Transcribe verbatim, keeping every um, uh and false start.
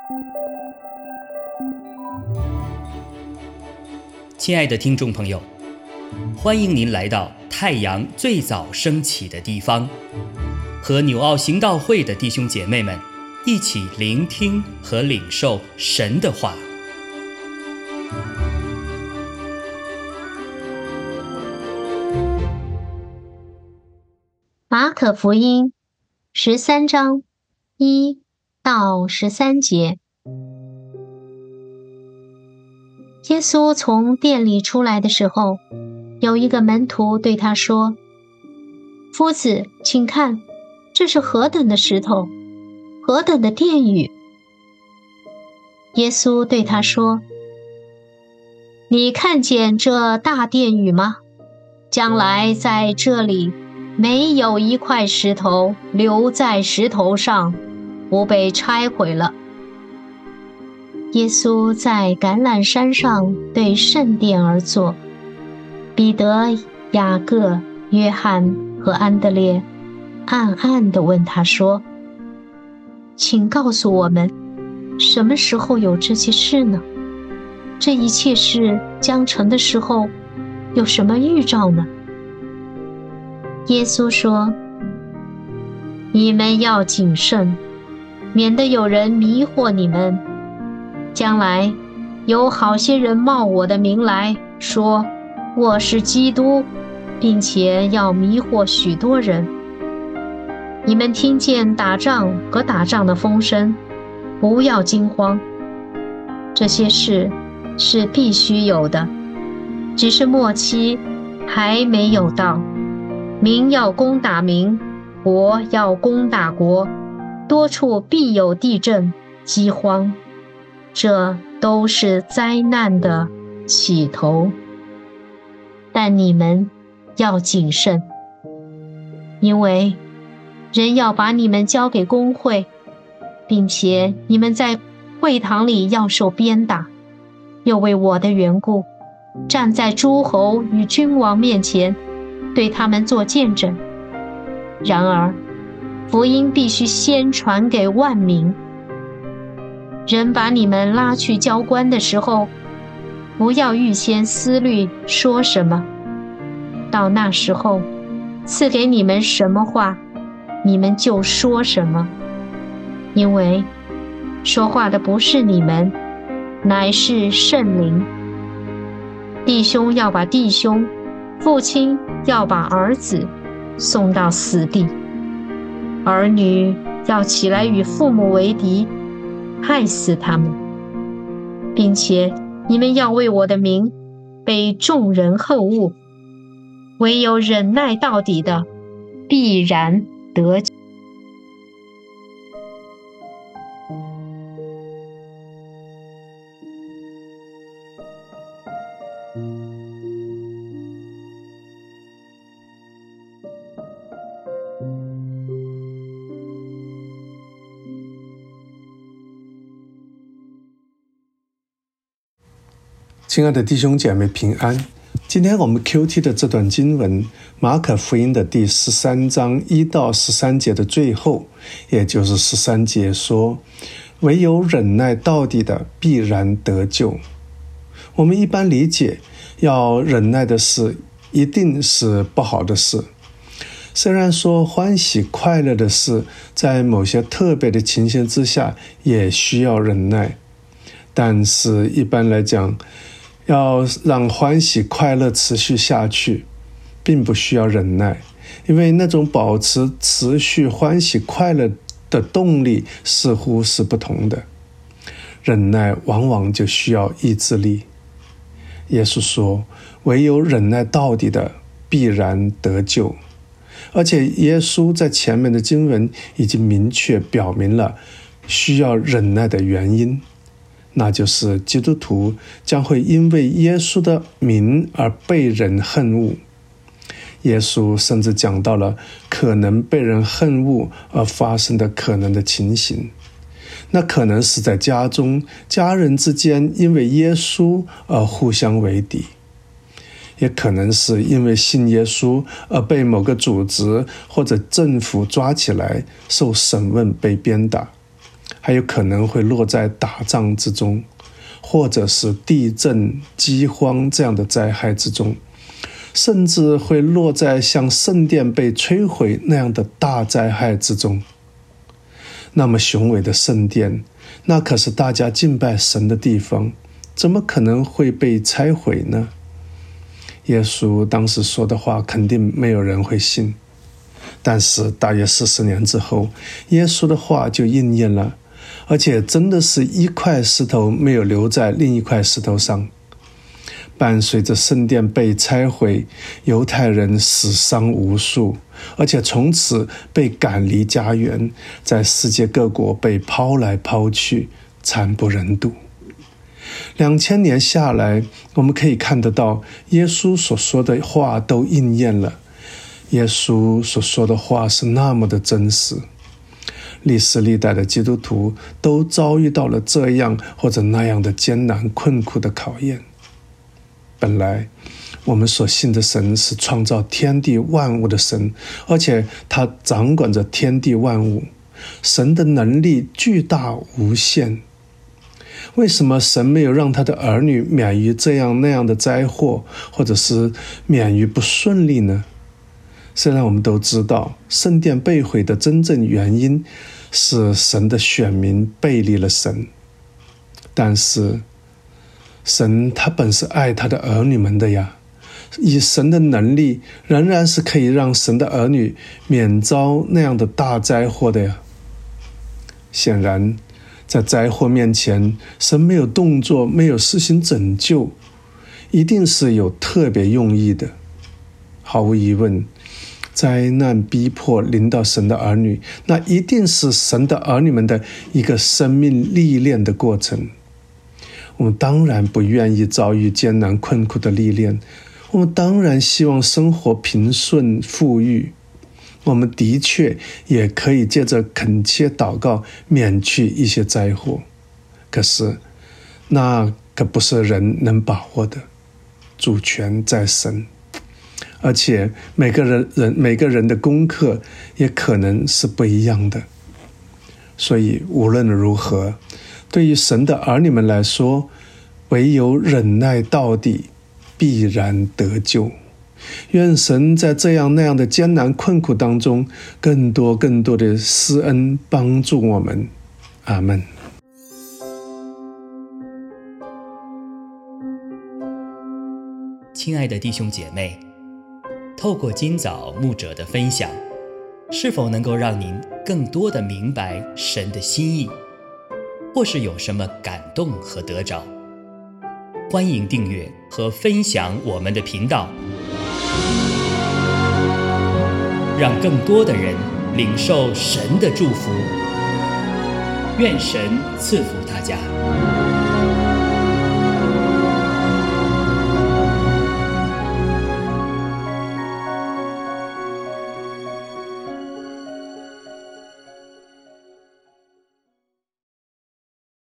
亲爱的听众朋友，欢迎您来到太阳最早升起的地方，和纽奥行道会的弟兄姐妹们一起聆听和领受神的话。 马可福音十三章一到十三节。耶稣从殿里出来的时候，有一个门徒对他说：“夫子，请看，这是何等的石头，何等的殿宇！”耶稣对他说：“你看见这大殿宇吗？将来在这里没有一块石头留在石头上，不被拆毁了。”耶稣在橄榄山上对圣殿而坐，彼得、雅各、约翰和安德烈暗暗地问他说：“请告诉我们，什么时候有这些事呢？这一切事将成的时候，有什么预兆呢？”耶稣说：“你们要谨慎，免得有人迷惑你们。将来有好些人冒我的名来说我是基督，并且要迷惑许多人。你们听见打仗和打仗的风声，不要惊慌。这些事是必须有的，只是末期还没有到。民要攻打民，国要攻打国，多处必有地震、饥荒，这都是灾难的起头。但你们要谨慎，因为人要把你们交给公会，并且你们在会堂里要受鞭打，又为我的缘故，站在诸侯与君王面前，对他们做见证。然而福音必须先传给万民。人把你们拉去交官的时候，不要预先思虑说什么，到那时候赐给你们什么话，你们就说什么，因为说话的不是你们，乃是圣灵。弟兄要把弟兄，父亲要把儿子送到死地，儿女要起来与父母为敌，害死他们，并且你们要为我的名被众人恨恶，唯有忍耐到底的，必然得救。 亲爱的弟兄姐妹平安，今天我们 Q T 的这段经文，马可福音的第十三章一到十三节的最后，也就是十三节说，唯有忍耐到底的，必然得救。我们一般理解，要忍耐的事一定是不好的事。虽然说欢喜快乐的事，在某些特别的情形之下也需要忍耐，但是一般来讲，要让欢喜快乐持续下去，并不需要忍耐，因为那种保持持续欢喜快乐的动力似乎是不同的。忍耐往往就需要意志力。耶稣说，唯有忍耐到底的，必然得救。而且耶稣在前面的经文已经明确表明了需要忍耐的原因，那就是基督徒将会因为耶稣的名而被人恨恶。耶稣甚至讲到了可能被人恨恶而发生的可能的情形，那可能是在家中，家人之间因为耶稣而互相为敌，也可能是因为信耶稣而被某个组织或者政府抓起来受审问被鞭打， 还有可能会落在打仗之中，或者是地震、饥荒这样的灾害之中，甚至会落在像圣殿被摧毁那样的大灾害之中。那么雄伟的圣殿，那可是大家敬拜神的地方，怎么可能会被拆毁呢？耶稣当时说的话肯定没有人会信，但是大约四十年之后，耶稣的话就应验了，而且真的是一块石头没有留在另一块石头上。伴随着圣殿被拆毁，犹太人死伤无数，而且从此被赶离家园，在世界各国被抛来抛去，惨不忍睹。两千年下来，我们可以看得到耶稣所说的话都应验了。耶稣所说的话是那么的真实，历史历代的基督徒都遭遇到了这样或者那样的艰难困苦的考验。本来我们所信的神是创造天地万物的神，而且他掌管着天地万物，神的能力巨大无限。为什么神没有让他的儿女免于这样那样的灾祸，或者是免于不顺利呢？虽然我们都知道圣殿被毁的真正原因是神的选民背离了神，但是神他本是爱他的儿女们的呀，以神的能力仍然是可以让神的儿女免遭那样的大灾祸的呀。显然在灾祸面前，神没有动作，没有施行拯救，一定是有特别用意的。毫无疑问，灾难逼迫临到神的儿女，那一定是神的儿女们的一个生命历练的过程。我们当然不愿意遭遇艰难困苦的历练，我们当然希望生活平顺富裕，我们的确也可以借着恳切祷告免去一些灾祸，可是那可不是人能把握的，主权在神，而且每个人人每个人的功课也可能是不一样的。所以无论如何，对于神的儿女们来说，唯有忍耐到底，必然得救。愿神在这样那样的艰难困苦当中，更多更多的施恩帮助我们。阿们。 亲爱的弟兄姐妹，透过今早牧者的分享，是否能够让您更多的明白神的心意，或是有什么感动和得着？欢迎订阅和分享我们的频道，让更多的人领受神的祝福。愿神赐福大家。